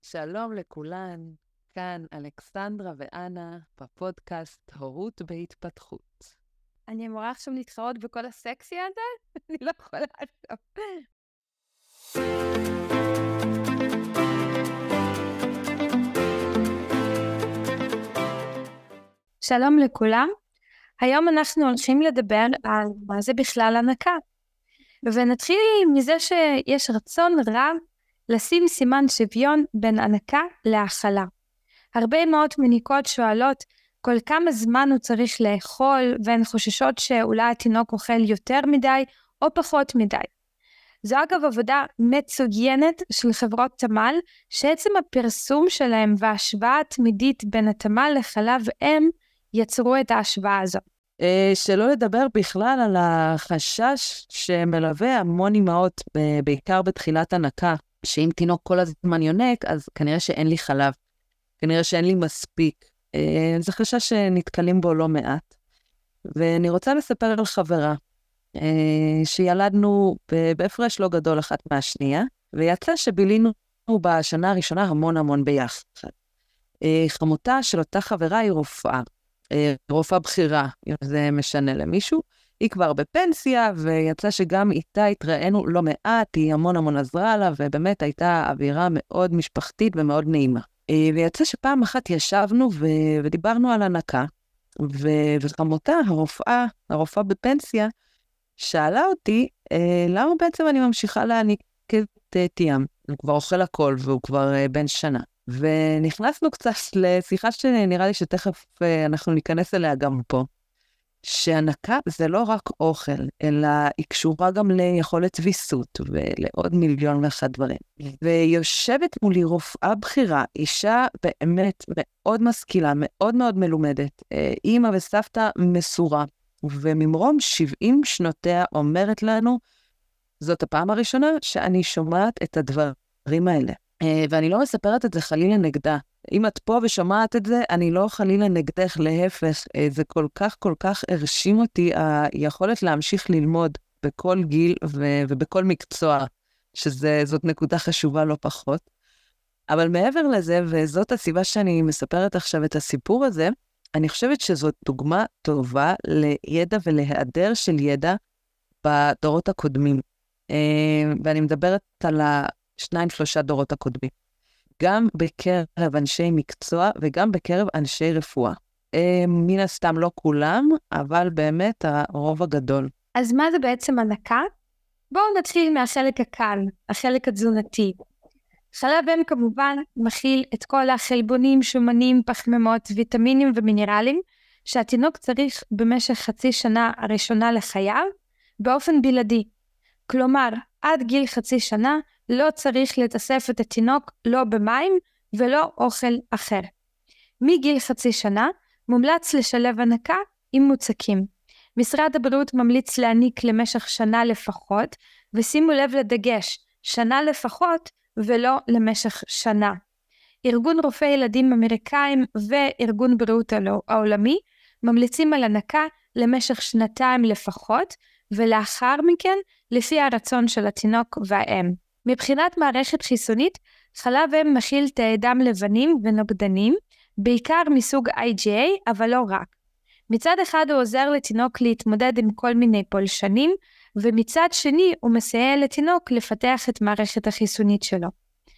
שלום לכולן, כאן אלכסנדרה ואנה בפודקאסט הורות בהתפתחות. אני אמורה עכשיו להתחרות בכל הסקסי הזה? אני לא יכולה עכשיו. שלום לכולם, היום אנחנו הולכים לדבר על מה זה בכלל הנקה. ונתחיל מזה שיש רצון רב לשים סימן שוויון בין הנקה להאכלה. הרבה מאוד מניקות שואלות כל כמה זמן הוא צריך לאכול, והן חוששות שאולי התינוק אוכל יותר מדי או פחות מדי. זו אגב עבודה מצוינת של חברות תמ"ל, שעצם הפרסום שלהם וההשוואה התמידית בין התמ"ל לחלב אם יצרו את ההשוואה הזו. שלא לדבר בכלל על החשש שמלווה המון אמהות, בעיקר בתחילת הנקה, שאם תינוק כל הזמן יונק, אז כנראה שאין לי חלב, כנראה שאין לי מספיק. זה חשש שנתקלים בו לא מעט. ואני רוצה לספר על חברה, שילדנו בהפרש לא גדול אחת מהשנייה, ויצא שבילינו בשנה הראשונה המון ביחד. חמותה של אותה חברה היא רופאה בכירה, אם זה משנה למישהו, היא כבר בפנסיה, ויצא שגם איתה התראינו לא מעט, היא המון עזרה לה, ובאמת הייתה אווירה מאוד משפחתית ומאוד נעימה. ויצא שפעם אחת ישבנו ודיברנו על הנקה, וחמותה, הרופאה בפנסיה, שאלה אותי, למה בעצם אני ממשיכה להעניק את תיאם? הוא כבר אוכל הכל, והוא כבר בן שנה. ונכנסנו קצת לשיחה שנראה לי שתכף אנחנו ניכנס אליה גם פה, שהנקה זה לא רק אוכל, אלא היא קשורה גם ליכולת ויסות, ולעוד מיליון ואחת דברים. ויושבת מולי רופאה בכירה, אישה באמת מאוד משכילה, מאוד מלומדת, אימא וסבתא מסורה, וממרום 70 שנותיה אומרת לנו, זאת הפעם הראשונה שאני שומעת את הדברים האלה. ואני לא מספרת את זה חלילה נגדה. אם את פה ושומעת את זה, אני לא חלילה נגדך, להפך. זה כל כך הרשים אותי, היכולת להמשיך ללמוד בכל גיל ובכל מקצוע, שזאת נקודה חשובה לא פחות. אבל מעבר לזה, וזאת הסיבה שאני מספרת עכשיו את הסיפור הזה, אני חושבת שזאת דוגמה טובה לידע ולהיעדר של ידע בדורות הקודמים. ואני מדברת על 2-3 דורות הקודמים. גם בקרב אנשי מקצוע וגם בקרב אנשי רפואה. מן הסתם לא כולם, אבל באמת הרוב הגדול. אז מה זה בעצם הנקה? בואו נתחיל מהחלק הקל, החלק התזונתי. חלב אם כמובן מכיל את כל החלבונים, שומנים, פחמימות, ויטמינים ומינרלים, שהתינוק צריך במשך חצי שנה הראשונה לחייו, באופן בלעדי. כלומר, עד גיל חצי שנה לא צריך לתאסף את התינוק לא במים ולא אוכל אחר. מגיל חצי שנה מומלץ לשלב הנקה עם מוצקים. משרד הבריאות ממליץ להעניק למשך שנה לפחות, ושימו לב לדגש, שנה לפחות ולא למשך שנה. ארגון רופאי ילדים אמריקאים וארגון בריאות העולמי ממליצים על הנקה למשך 2 לפחות, ולאחר מכן לפי הרצון של התינוק והאם. מבחינת מערכת חיסונית, חלב אם מכיל תאי דם לבנים ונוגדנים, בעיקר מסוג IgA, אבל לא רק. מצד אחד הוא עוזר לתינוק להתמודד עם כל מיני פולשנים, ומצד שני הוא מסייע לתינוק לפתח את מערכת החיסונית שלו.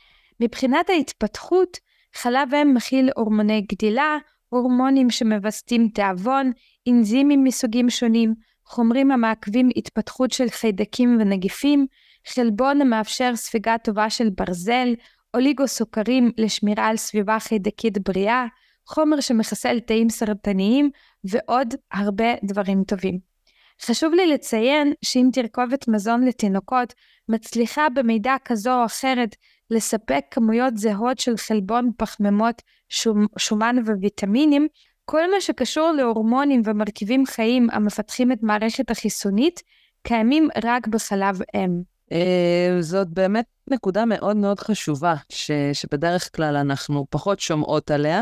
מבחינת ההתפתחות, חלב אם מכיל הורמוני גדילה, הורמונים שמווסתים תיאבון, אנזימים מסוגים שונים, חומרים המעכבים התפתחות של חיידקים ונגיפים, חלבון המאפשר ספיגה טובה של ברזל, אוליגוסוכרים לשמירה על סביבה חיידקית בריאה, חומר שמחסל תאים סרטניים ועוד הרבה דברים טובים. חשוב לי לציין שאם תרכובת מזון לתינוקות מצליחה במידה כזו או אחרת לספק כמויות זהות של חלבון, פחמימות, שומן וויטמינים, כל מה שקשור להורמונים ומרכיבים חיים המפתחים את מערכת החיסונית קיימים רק בחלב אם. זאת באמת נקודה מאוד חשובה, שבדרך כלל אנחנו פחות שומעות עליה,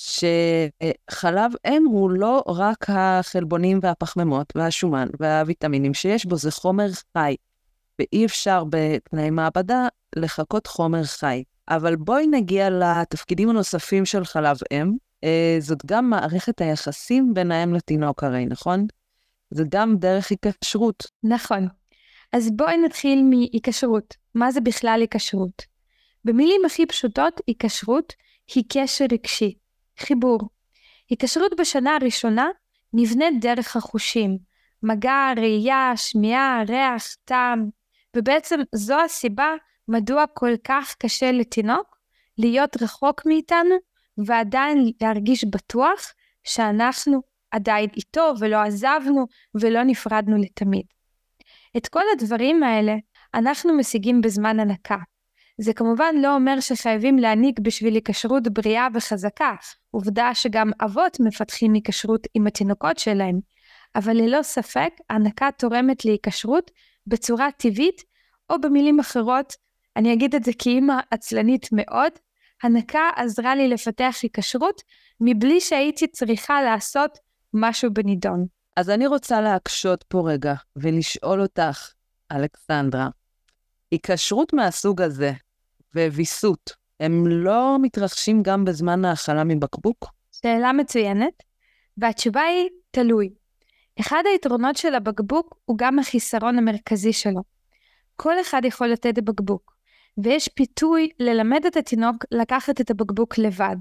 שחלב אם הוא לא רק החלבונים והפחמימות והשומן והוויטמינים שיש בו, זה חומר חי, ואי אפשר בתנאי מעבדה לחכות חומר חי. אבל בואי נגיע לתפקידים הנוספים של חלב אם. זאת גם מערכת היחסים בין האם לתינוק הרי, נכון? זה גם דרך היקשרות. נכון. אז בואי נתחיל מהיקשרות. מה זה בכלל היקשרות? במילים הכי פשוטות, היקשרות היא קשר רגשי, חיבור. היקשרות בשנה הראשונה נבנית דרך החושים, מגע, ראייה, שמיעה, ריח, טעם, ובעצם זו הסיבה מדוע כל כך קשה לתינוק להיות רחוק מאיתנו, ועדיין להרגיש בטוח שאנחנו עדיין איתו ולא עזבנו ולא נפרדנו לתמיד. את כל הדברים האלה אנחנו משיגים בזמן הנקה. זה כמובן לא אומר שחייבים להעניק בשביל היקשרות בריאה וחזקה, עובדה שגם אבות מפתחים היקשרות עם התינוקות שלהם, אבל ללא ספק הנקה תורמת להיקשרות בצורה טבעית, או במילים אחרות, אני אגיד את זה כאימא עצלנית מאוד, הנקה עזרה לי לפתח היקשרות מבלי שהייתי צריכה לעשות משהו בנידון. אז אני רוצה להקשות פה רגע ולשאול אותך, אלכסנדרה, היקשרות מהסוג הזה וויסות, הם לא מתרחשים גם בזמן האכלה מבקבוק? שאלה מצוינת, והתשובה היא תלוי. אחד היתרונות של הבקבוק הוא גם החיסרון המרכזי שלו. כל אחד יכול לתת בקבוק, ויש פיתוי ללמד את התינוק לקחת את הבקבוק לבד.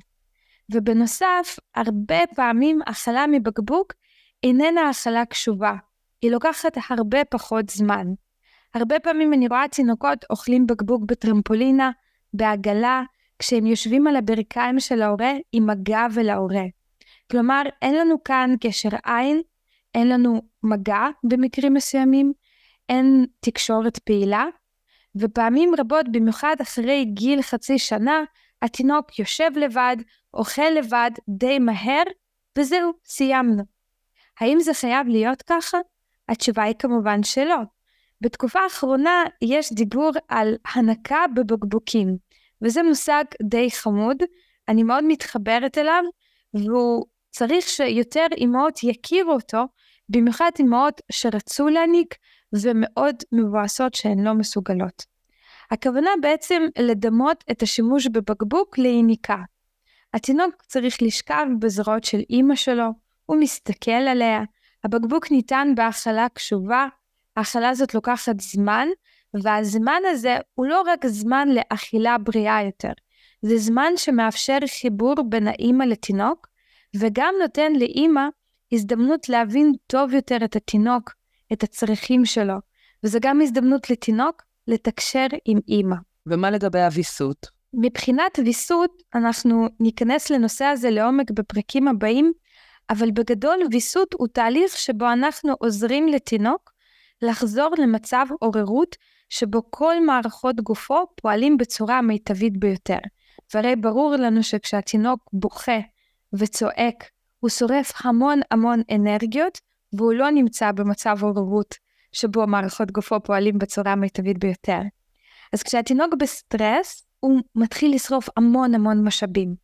ובנוסף, הרבה פעמים אכלה מבקבוק איננה אכלה קשובה, היא לוקחת הרבה פחות זמן. הרבה פעמים אני רואה תינוקות אוכלים בקבוק בטרמפולינה, בעגלה, כשהם יושבים על הברכיים של ההורה עם הגב אל ההורה. כלומר, אין לנו כאן קשר עין, אין לנו מגע במקרים מסוימים, אין תקשורת פעילה, ופעמים רבות, במיוחד אחרי גיל חצי שנה, התינוק יושב לבד, אוכל לבד די מהר, וזהו, סיימנו. האם זה חייב להיות ככה? התשובה היא כמובן שלא. בתקופה האחרונה יש דיבור על הנקה בבקבוקים, וזה מושג די חמוד, אני מאוד מתחברת אליו, והוא צריך שיותר אמהות יכירו אותו, במיוחד אמהות שרצו להניק, ומאוד מבואסות שהן לא מסוגלות. הכוונה בעצם לדמות את השימוש בבקבוק ליניקה. התינוק צריך לשכב בזרועות של אמא שלו, הוא מסתכל עליה, הבקבוק ניתן בהאכלה קשובה, האכלה הזאת לוקחת זמן, והזמן הזה הוא לא רק זמן לאכילה בריאה יותר, זה זמן שמאפשר חיבור בין האמא לתינוק, וגם נותן לאמא הזדמנות להבין טוב יותר את התינוק, את הצרכים שלו, וזה גם הזדמנות לתינוק לתקשר עם אמא. ומה לגבי הוויסות? מבחינת ויסות, אנחנו ניכנס לנושא הזה לעומק בפרקים הבאים, אבל בגדול ויסות הוא תהליך שבו אנחנו עוזרים לתינוק לחזור למצב עוררות שבו כל מערכות גופו פועלים בצורה המיטבית ביותר. והרי ברור לנו שכשהתינוק בוכה וצועק, הוא שורף המון אנרגיות, והוא לא נמצא במצב עוררות שבו מערכות גופו פועלים בצורה המיטבית ביותר. אז כשהתינוק בסטרס, הוא מתחיל לשרוף המון משאבים.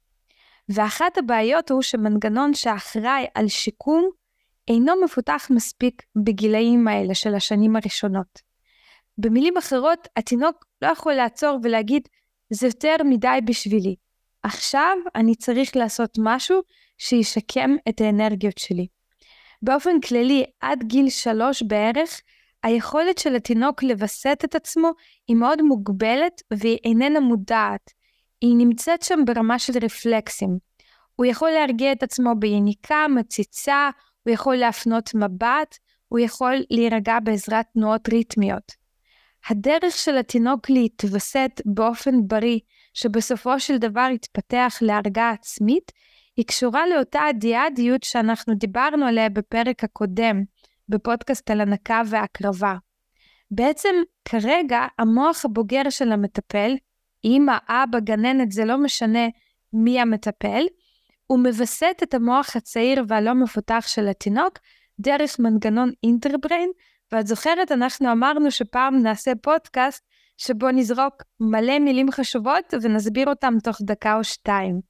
ואחת הבעיות הוא שמנגנון שאחראי על שיקום אינו מפותח מספיק בגילאים האלה של השנים הראשונות. במילים אחרות, התינוק לא יכול לעצור ולהגיד, זה יותר מדי בשבילי. עכשיו אני צריך לעשות משהו שישקם את האנרגיות שלי. באופן כללי, עד גיל 3 בערך, היכולת של התינוק לבסט את עצמו היא מאוד מוגבלת והיא איננה מודעת. היא נמצאת שם ברמה של רפלקסים. הוא יכול להרגיע את עצמו ביניקה, מציצה, הוא יכול להפנות מבט, הוא יכול להירגע בעזרת תנועות ריתמיות. הדרך של התינוק להתווסת באופן בריא, שבסופו של דבר יתפתח להרגעה עצמית, היא קשורה לאותה הדיאדיות שאנחנו דיברנו עליה בפרק הקודם, בפודקאסט על הנקה והקרבה. בעצם כרגע המוח הבוגר של המטפל, אמא, אבא, גננת, זה לא משנה מי המטפל, הוא מבסט את המוח הצעיר והלא מפותח של התינוק דרך מנגנון אינטרבריין, ואת זוכרת, אנחנו אמרנו שפעם נעשה פודקאסט שבו נזרוק מלא מילים חשובות ונסביר אותם תוך דקה או שתיים.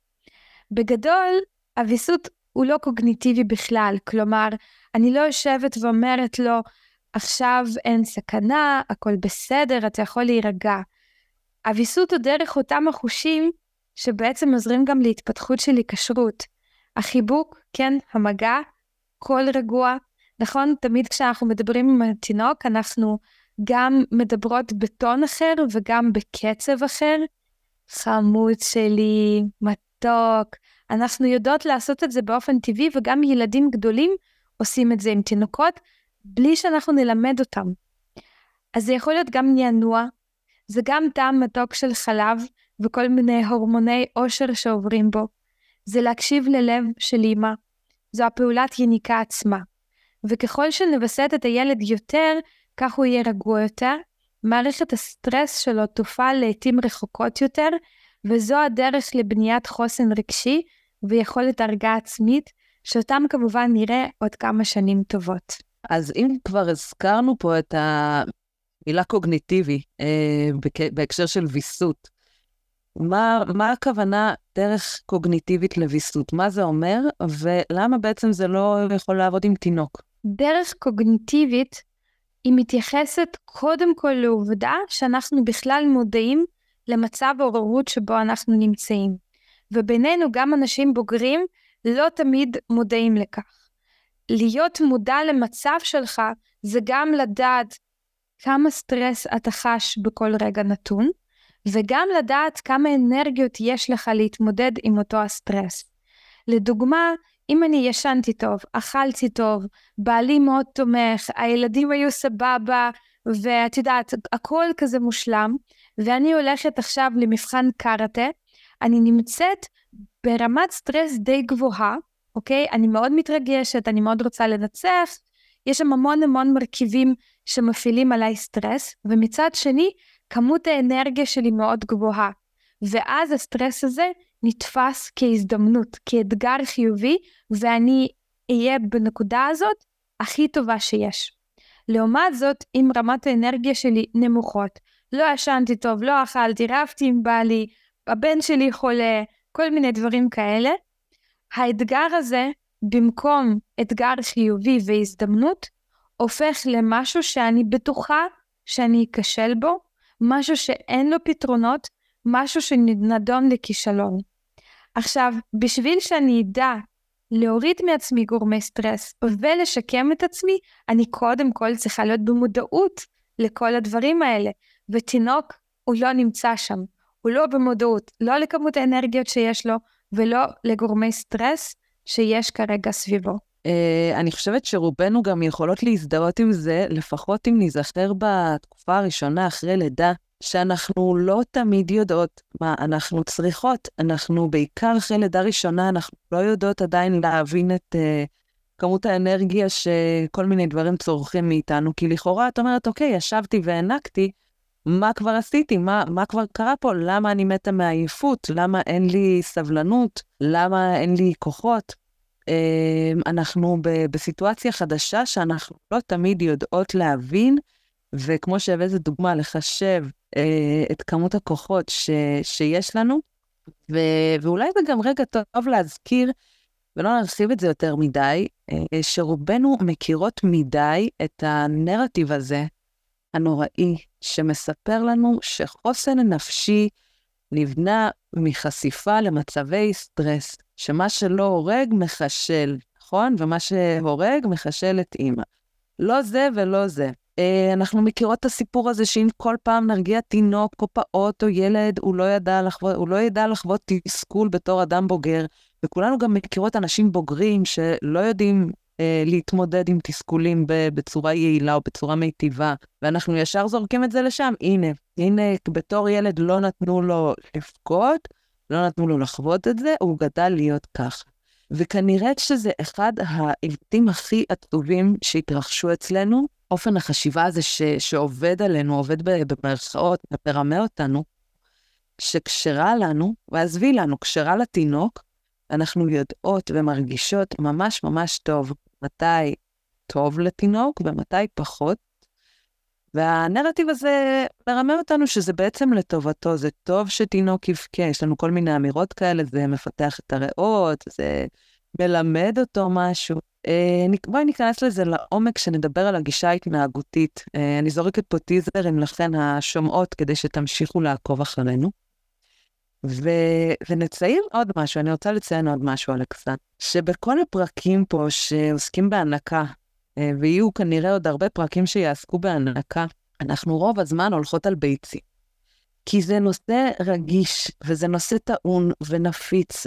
בגדול, הוויסות הוא לא קוגניטיבי בכלל, כלומר, אני לא יושבת ואומרת לו, עכשיו אין סכנה, הכל בסדר, אתה יכול להירגע. הוויסות הוא דרך אותם החושים שבעצם עוזרים גם להתפתחות של היקשרות. החיבוק, כן, המגע, קול רגוע, נכון? תמיד כשאנחנו מדברים עם התינוק, אנחנו גם מדברות בטון אחר וגם בקצב אחר. חמוד שלי, מתוק. אנחנו יודעות לעשות את זה באופן טבעי, וגם ילדים גדולים עושים את זה עם תינוקות, בלי שאנחנו נלמד אותם. אז זה יכול להיות גם נענוע, זה גם טעם מתוק של חלב, וכל מיני הורמוני עושר שעוברים בו. זה להקשיב ללב של אמא. זו הפעולת יניקה עצמה. וככל שנווסת את הילד יותר, כך הוא יהיה רגוע יותר, מערכת הסטרס שלו תופעל לעתים רחוקות יותר, וזו הדרך לבניית חוסן רגשי ויכולת הרגעה עצמית, שאותם כמובן נראה עוד כמה שנים טובות. אז אם כבר הזכרנו פה את המילה קוגניטיבי, בהקשר של ויסות, מה הכוונה דרך קוגניטיבית לויסות? מה זה אומר, ולמה בעצם זה לא יכול לעבוד עם תינוק? דרך קוגניטיבית היא מתייחסת קודם כל לעובדה שאנחנו בכלל מודעים למצב העוררות שבו אנחנו נמצאים. ובינינו גם אנשים בוגרים לא תמיד מודעים לכך. להיות מודע למצב שלך זה גם לדעת כמה סטרס אתה חש בכל רגע נתון, וגם לדעת כמה אנרגיות יש לך להתמודד עם אותו הסטרס. לדוגמה, אם אני ישנתי טוב, אכלתי טוב, בעלי מאוד תומך, הילדים היו סבבה, ואת יודעת, הכל כזה מושלם, ואני הולכת עכשיו למבחן קראטה, אני נמצאת ברמת סטרס די גבוהה, אוקיי? אני מאוד מתרגשת, אני מאוד רוצה לנצח, יש שם המון מרכיבים שמפעילים עליי סטרס, ומצד שני, כמות האנרגיה שלי מאוד גבוהה, ואז הסטרס הזה נתפס כהזדמנות, כאתגר חיובי, ואני אהיה בנקודה הזאת הכי טובה שיש. לעומת זאת, אם רמת האנרגיה שלי נמוכות, לא ישנתי טוב, לא אכלתי, רבתי עם בעלי, הבן שלי חולה, כל מיני דברים כאלה, האתגר הזה, במקום אתגר חיובי והזדמנות, הופך למשהו שאני בטוחה שאני אכשל בו, משהו שאין לו פתרונות, משהו שנדון לכישלון. עכשיו, בשביל שאני אדע להוריד מעצמי גורמי סטרס ולשקם את עצמי, אני קודם כל צריכה להיות במודעות לכל הדברים האלה. ותינוק הוא לא נמצא שם, הוא לא במודעות, לא לכמות האנרגיות שיש לו, ולא לגורמי סטרס שיש כרגע סביבו. אני חושבת שרובנו גם יכולות להזדהות עם זה, לפחות אם נזכר בתקופה הראשונה אחרי לידה, שאנחנו לא תמיד יודעות מה אנחנו צריכות. אנחנו בעיקר אחרי לידה ראשונה, אנחנו לא יודעות עדיין להבין את כמות האנרגיה שכל מיני דברים צורכים מאיתנו, כי לכאורה את אומרת, אוקיי, ישבתי והענקתי, מה כבר עשיתי? מה כבר קרה פה? למה אני מתה מעייפות? למה אין לי סבלנות? למה אין לי כוחות? אנחנו בסיטואציה חדשה שאנחנו לא תמיד יודעות להבין, וכמו שהבאת דוגמה, לחשב את כמות הכוחות שיש לנו, ואולי זה גם רגע טוב להזכיר, ולא נרחיב את זה יותר מדי, שרובנו מכירות מדי את הנרטיב הזה, הנוראי, שמספר לנו שחוסן נפשי נבנה מחשיפה למצבי סטרס, שמה שלא הורג מחשל, נכון? ומה שהורג מחשל את אמא. לא זה ולא זה. אנחנו מכירות את הסיפור הזה שאם כל פעם נרגיע תינוק או פעוט או ילד, הוא לא ידע לחוות תסכול בתור אדם בוגר, וכולנו גם מכירות אנשים בוגרים שלא יודעים להתמודד עם תסכולים בצורה יעילה או בצורה מיטיבה, ואנחנו ישר זורקים את זה לשם. הנה, בתור ילד לא נתנו לו לבכות, לא נתנו לו לחוות את זה, הוא גדל להיות ככה. וכנראה שזה אחד העיוותים הכי עצובים שהתרחשו אצלנו, אופן החשיבה הזה שעובד עלינו, עובד במרכאות, מרמה אותנו, שקשרה לנו, ועזבי לנו, קשרה לתינוק, אנחנו יודעות ומרגישות ממש ממש טוב, מתי טוב לתינוק ומתי פחות, והנרטיב הזה מרמה אותנו שזה בעצם לטובתו, זה טוב שתינוק יבכה, יש לנו כל מיני אמירות כאלה, זה מפתח את הריאות, זה מלמד אותו משהו. בואי ניכנס לזה לעומק שנדבר על הגישה ההתנהגותית. אני זורקת פה טיזרים לכן השומעות כדי שתמשיכו לעקוב אחרינו. ונציין עוד משהו, אני רוצה לציין עוד משהו, אלכסן, שבכל הפרקים פה שעוסקים בהנקה, ויהיו כנראה עוד הרבה פרקים שיעסקו בהנקה, אנחנו רוב הזמן הולכות על ביצים. כי זה נושא רגיש, וזה נושא טעון ונפיץ,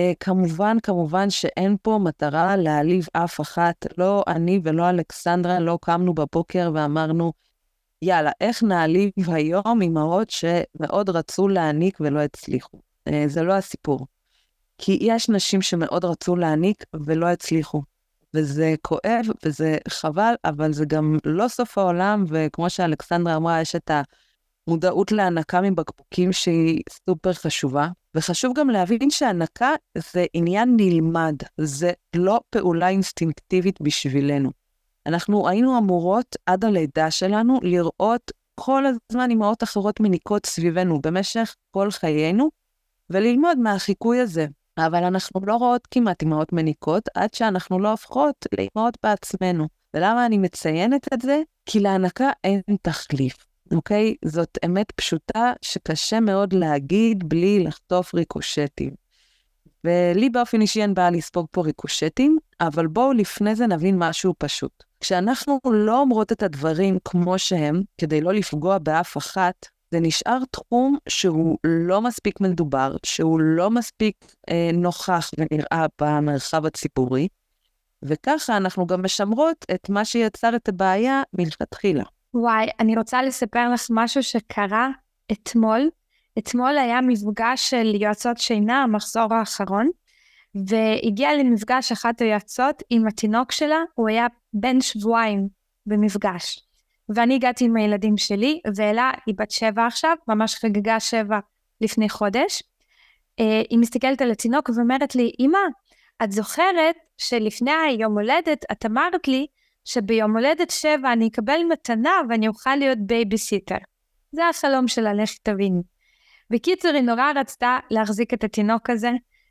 וכמובן שאין פה מטרה להעליב אף אחת, לא אני ולא אלכסנדרה לא קמנו בבוקר ואמרנו, יאללה, איך נעליב היום אמהות שמאוד רצו להעניק ולא הצליחו. זה לא הסיפור. כי יש נשים שמאוד רצו להעניק ולא הצליחו. וזה כואב וזה חבל, אבל זה גם לא סוף העולם, וכמו שאלכסנדרה אמרה, יש את המודעות להנקה מבקבוקים שהיא סופר חשובה, וחשוב גם להבין שהנקה זה עניין נלמד, זה לא פעולה אינסטינקטיבית בשבילנו. אנחנו היינו אמורות עד הלידה שלנו לראות כל הזמן אמהות אחרות מניקות סביבנו במשך כל חיינו, וללמוד מהחיקוי הזה. אבל אנחנו לא רואות כמעט אמהות מניקות, עד שאנחנו לא הופכות לאמהות בעצמנו. ולמה אני מציינת את זה? כי להנקה אין תחליף, אוקיי? זאת אמת פשוטה שקשה מאוד להגיד בלי לחטוף ריקושטים. ולי באופן אישי אין בעיה לספוג פה ריקושטים, אבל בואו לפני זה נבין משהו פשוט. כשאנחנו לא אומרות את הדברים כמו שהם, כדי לא לפגוע באף אחת, זה נשאר תחום שהוא לא מספיק מדובר, שהוא לא מספיק נוכח ונראה במרחב הציבורי, וככה אנחנו גם משמרות את מה שיצר את הבעיה מלכתחילה. וואי, אני רוצה לספר לך משהו שקרה אתמול. אתמול היה מפגש של יועצות שינה, המחזור האחרון, והגיעה למפגש אחת היועצות עם התינוק שלה, הוא היה בן שבועיים במפגש. ואני הגעתי עם הילדים שלי, ואלה היא בת 7 עכשיו, ממש חגגה 7 לפני חודש. היא מסתכלת על התינוק ואומרת לי, אמא, את זוכרת שלפני היום הולדת, את אמרת לי שביום הולדת 7 אני אקבל מתנה ואני אוכל להיות בייביסיטר. זה החלום שלה, לך תבין. בקיצור, היא נורא רצתה להחזיק את התינוק הזה,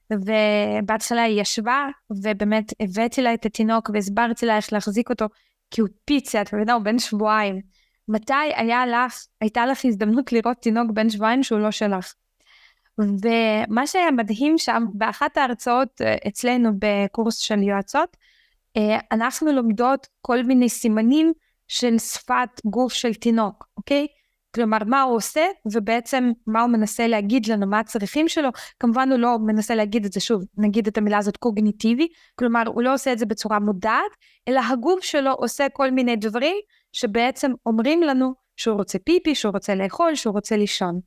ובהתחלה היא ישבה, ובאמת הבאתי לה את התינוק, והסברתי לה איך להחזיק אותו, כי הוא פיצה, את מבינה, הוא בן שבועיים. מתי הייתה לך הזדמנות לראות תינוק בן שבועיים שהוא לא שלך? ומה שהיה מדהים שם, באחת ההרצאות אצלנו בקורס של יועצות, אנחנו לומדות כל מיני סימנים של שפת גוף של תינוק, אוקיי? כלומר, מה הוא עושה, ובעצם מה הוא מנסה להגיד לנו, מה הצריכים שלו. כמובן הוא לא מנסה להגיד את זה שוב, נגיד את המילה הזאת קוגניטיבי, כלומר הוא לא עושה את זה בצורה מודעת, אלא הגוף שלו עושה כל מיני דברים, שבעצם אומרים לנו שהוא רוצה פיפי, שהוא רוצה לאכול, שהוא רוצה לישון.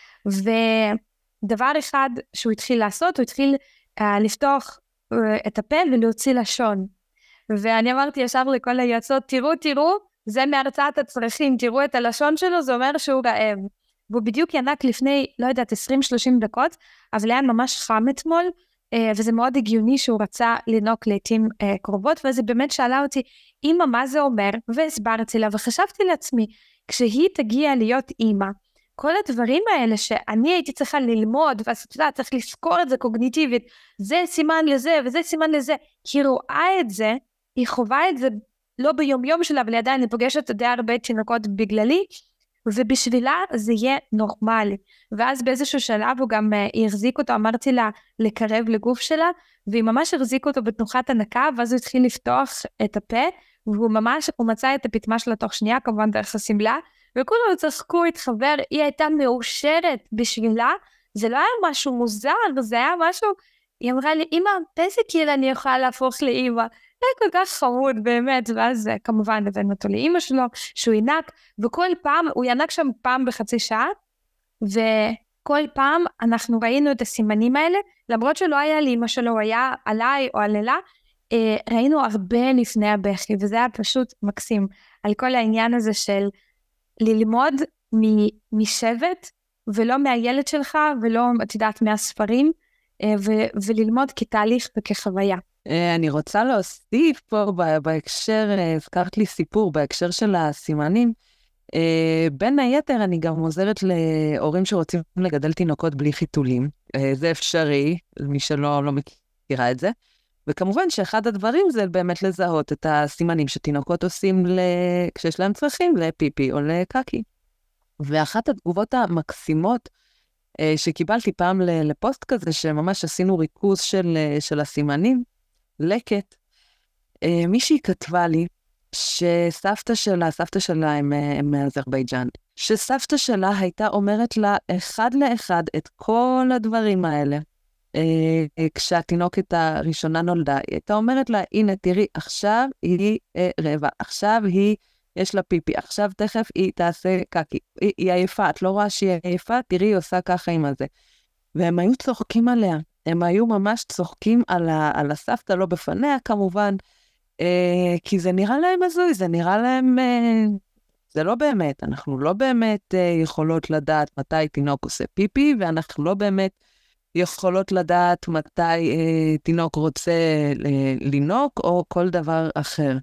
ודבר אחד שהוא התחיל לעשות, הוא התחיל לפתוח את הפה ולהוציא לשון. ואני אמרתי ישר לכל היועצות, תראו, זה מהרצאת הצרכים, תראו את הלשון שלו, זה אומר שהוא רעב. והוא בדיוק ינק לפני, לא יודעת, 20-30 דקות, אבל היה ממש חם אתמול, וזה מאוד הגיוני שהוא רצה לנוק לעתים קרובות, וזה באמת שאלה אותי, אמא, מה זה אומר? והסברתי לה, וחשבתי לעצמי, כשהיא תגיע להיות אמא, כל הדברים האלה שאני הייתי צריכה ללמוד, ואז אתה יודע, צריך לזכור את זה קוגניטיבית, זה סימן לזה, וזה סימן לזה, היא רואה את זה, היא חווה את זה, לא ביום יום שלה, אבל עדיין אני פוגשת די הרבה תינוקות בגללי, ובשבילה זה יהיה נורמלי. ואז באיזשהו שלב הוא גם החזיק אותו, אמרתי לה לקרב לגוף שלה, והיא ממש החזיק אותו בתנוחת הנקה, ואז הוא התחיל לפתוח את הפה, והוא מצא את הפתמה שלה תוך שנייה, כמובן דרך הסמלה, וכולם צחקו, התחבר, היא הייתה מאושרת בשבילה, זה לא היה משהו מוזר, זה היה משהו, היא אמרה לי, אמא, באיזה גיל אני יכולה להפוך לאמא? זה כל כך חמוד באמת, ואז כמובן הבאנו אותו לאמא שלו, שהוא ינק, וכל פעם, הוא ינק שם פעם בחצי שעה, וכל פעם אנחנו ראינו את הסימנים האלה, למרות שלא היה לאמא שלו, הוא היה עליי או עלילה, ראינו הרבה לפני הבכי, וזה היה פשוט מקסים, על כל העניין הזה של ללמוד משבט, ולא מהילד שלך, ולא, את יודעת, מהספרים, וללמוד כתהליך וכחוויה. אני רוצה להוסיף פה בהקשר, הזכרת לי סיפור, בהקשר של הסימנים, בין היתר אני גם עוזרת להורים שרוצים לגדל תינוקות בלי חיתולים, זה אפשרי, מי שלא מכירה את זה, וכמובן שאחד הדברים זה באמת לזהות את הסימנים שתינוקות עושים כשיש להם צרכים לפיפי או לקקי. ואחת התגובות המקסימות שקיבלתי פעם לפוסט כזה, שממש עשינו ריכוז של הסימנים, לקט, מישהי כתבה לי שסבתא שלה הם מאזרבייג'אן, שסבתא שלה הייתה אומרת לה אחד לאחד את כל הדברים האלה, כשהתינוקת הראשונה נולדה, היא הייתה אומרת לה, הנה תראי, עכשיו היא רבע, עכשיו יש לה פיפי, עכשיו תכף היא תעשה קקי, היא עייפה, את לא רואה שהיא עייפה, תראי, היא עושה ככה עם הזה. והם היו צוחקים עליה, הם היו ממש צוחקים על הסבתא, לא בפניה כמובן, כי זה נראה להם הזוי, זה נראה להם, זה לא באמת, אנחנו לא באמת יכולות לדעת מתי תינוק עושה פיפי, ואנחנו לא באמת יכולות לדעת מתי תינוק רוצה לינוק, או כל דבר אחר.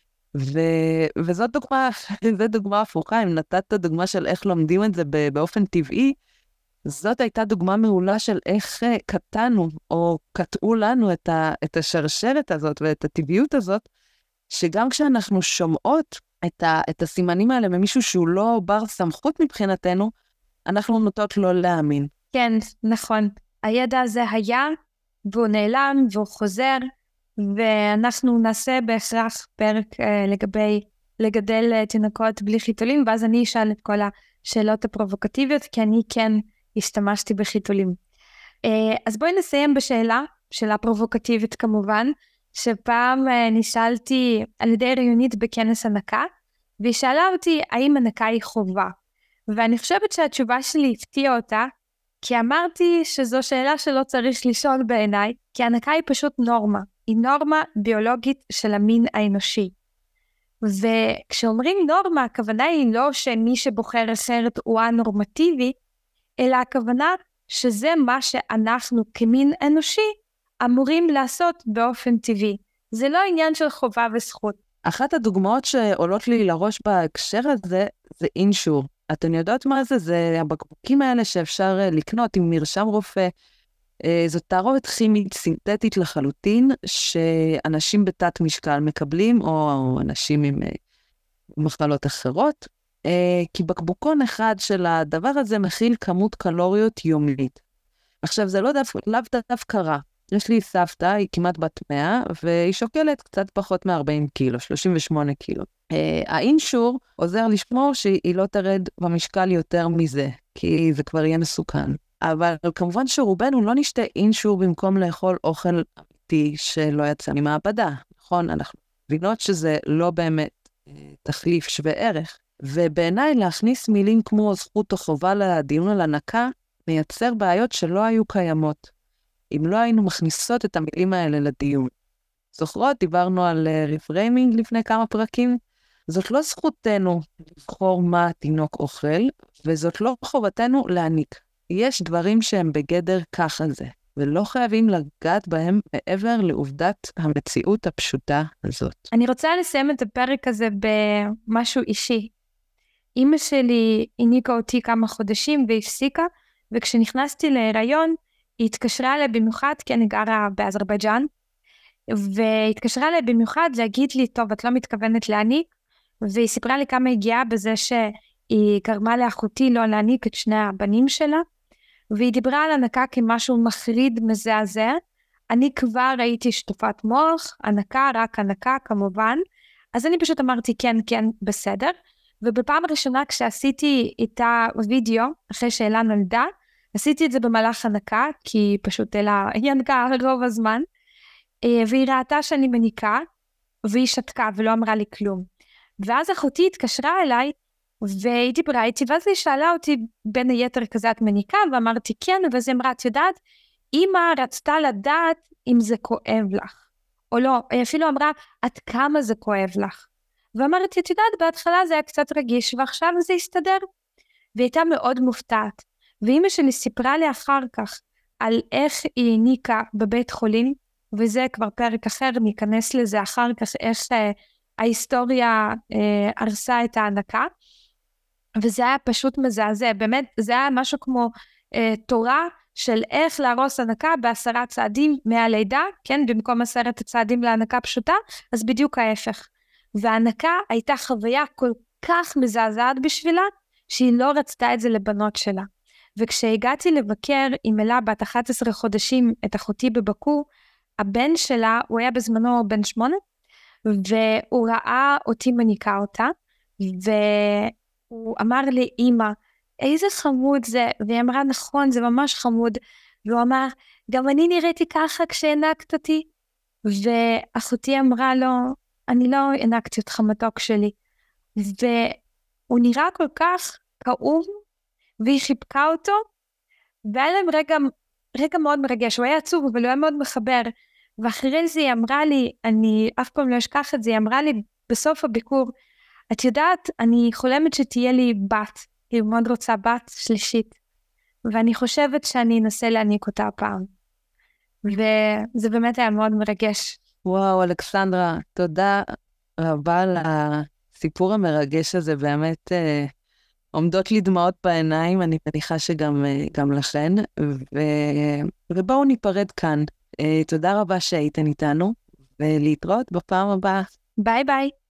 וזאת דוגמה הפוכה, אם נתת דוגמה של איך לומדים את זה באופן טבעי, זאת הייתה דוגמה מעולה של איך קטענו, או קטעו לנו את השרשרת הזאת, ואת הטבעיות הזאת, שגם כשאנחנו שומעות את הסימנים האלה ממישהו שהוא לא בר סמכות מבחינתנו, אנחנו נוטות לא להאמין. כן, נכון. הידע הזה היה, והוא נעלם, והוא חוזר, ואנחנו נעשה בהכרח פרק לגבי לגדל תינוקות בלי חיתולים, ואז אני אשאל את כל השאלות הפרובוקטיביות, כי אני כן השתמשתי בחיתולים. אז בואי נסיים שאלה פרובוקטיבית כמובן, שפעם נשאלתי על ידי הריונית בכנס הנקה, והיא שאלה אותי האם הנקה היא חובה. ואני חושבת שהתשובה שלי הפתיעה אותה, כי אמרתי שזו שאלה שלא צריך לשאול בעיניי, כי הנקה היא פשוט נורמה. היא נורמה ביולוגית של המין האנושי. וכשאומרים נורמה, הכוונה היא לא שמי שבוחר אחרת הוא הנורמטיבי, אלא הכוונה שזה מה שאנחנו כמין אנושי אמורים לעשות באופן טבעי. זה לא עניין של חובה וזכות. אחת הדוגמאות שעולות לי לראש בהקשר הזה, זה אינשור. אתן יודעות מה זה? זה הבקבוקים האלה שאפשר לקנות עם מרשם רופא. זאת תערובת כימית סינתטית לחלוטין, שאנשים בתת משקל מקבלים, או אנשים עם מחלות אחרות, כי בקבוקון אחד של הדבר הזה מכיל כמות קלוריות יומית. עכשיו, זה לאו דווקא רע. יש לי סבתא, היא כמעט בת 100, והיא שוקלת קצת פחות מ-40 קילו, 38 קילו. האינשור עוזר לשמור שהיא לא תרד במשקל יותר מזה, כי זה כבר יהיה מסוכן. אבל כמובן שרובנו לא נשתה אינשור במקום לאכול אוכל אמיתי שלא יצא ממעבדה. נכון? אנחנו מבינות שזה לא באמת תחליף שווה ערך. ובעיניי להכניס מילים כמו זכות או חובה לדיון על הנקה, מייצר בעיות שלא היו קיימות. אם לא היינו מכניסות את המילים האלה לדיון. זוכרות, דיברנו על ריפריימינג לפני כמה פרקים. זאת לא זכותנו לבחור מה התינוק אוכל, וזאת לא חובתנו להעניק. יש דברים שהם בגדר ככה זה, ולא חייבים לגעת בהם מעבר לעובדת המציאות הפשוטה הזאת. אני רוצה לסיים את הפרק הזה במשהו אישי. אמא שלי הניקה אותי כמה חודשים והפסיקה, וכשנכנסתי להיריון, היא התקשרה אליי במיוחד, כי אני גרה באזרבייג'אן, והתקשרה אליי במיוחד להגיד לי, טוב, את לא מתכוונת להניק, והיא סיפרה לי כמה הגיעה בזה שהיא גרמה לאחותי לא להניק את שני הבנים שלה, והיא דיברה על הנקה כמשהו מחריד מזעזע. אני כבר ראיתי שטופת מוח, הנקה, רק הנקה כמובן, אז אני פשוט אמרתי כן, כן, בסדר, ובפעם הראשונה כשעשיתי את הווידאו, אחרי שאלה נולדה, עשיתי את זה במהלך הנקה, כי פשוט היא ינקה רוב הזמן, והיא ראתה שאני מניקה, והיא שתקה ולא אמרה לי כלום. ואז אחותי התקשרה אליי, והיא דיברה איתי, ואז היא שאלה אותי בין היתר כזה את מניקה, ואמרתי כן, ואז היא אמרה, את יודעת, אמא רצתה לדעת אם זה כואב לך, או לא, היא אפילו אמרה, עד כמה זה כואב לך. ואמרתי, את יודעת, בהתחלה זה היה קצת רגיש, ועכשיו זה הסתדר. והיא הייתה מאוד מופתעת. ואמא שלי סיפרה לי אחר כך, על איך היא הניקה בבית חולים, וזה כבר פרק אחר, ניכנס לזה אחר כך, איך ההיסטוריה הרסה את ההנקה, וזה היה פשוט מזעזע, באמת, זה היה משהו כמו תורה של איך להרוס הנקה ב10 צעדים מהלידה, כן, במקום 10 הצעדים להנקה פשוטה, אז בדיוק ההפך. וההנקה הייתה חוויה כל כך מזעזעת בשבילה, שהיא לא רצתה את זה לבנות שלה. וכשהגעתי לבקר עם אלה בת 11 חודשים את אחותי בבקו, הבן שלה, הוא היה בזמנו בן 8, והוא ראה אותי מניקה אותה, והוא אמר לי, אמא, איזה חמוד זה, והיא אמרה, נכון, זה ממש חמוד, והוא אמר, גם אני נראיתי ככה כשהנקת אותי, ואחותי אמרה לו, אני לא הנקתי אותך מתוק שלי, והוא נראה כל כך כאוב, והיא חיבקה אותו, והיה להם רגע מאוד מרגש, הוא היה עצוב, אבל הוא היה מאוד מחבר, ואחרי זה היא אמרה לי, אני אף פעם לא אשכח את זה, היא אמרה לי בסוף הביקור, את יודעת, אני חולמת שתהיה לי בת, היא מאוד רוצה בת שלישית, ואני חושבת שאני אנסה להניק אותה הפעם, וזה באמת היה מאוד מרגש. וואו, אלכסנדרה, תודה רבה על הסיפור המרגש הזה, באמת עומדות לי דמעות בעיניים, אני מניחה שגם לכן, ובואו ניפרד כאן. תודה רבה שהייתן איתנו, ולהתראות בפעם הבאה. ביי ביי.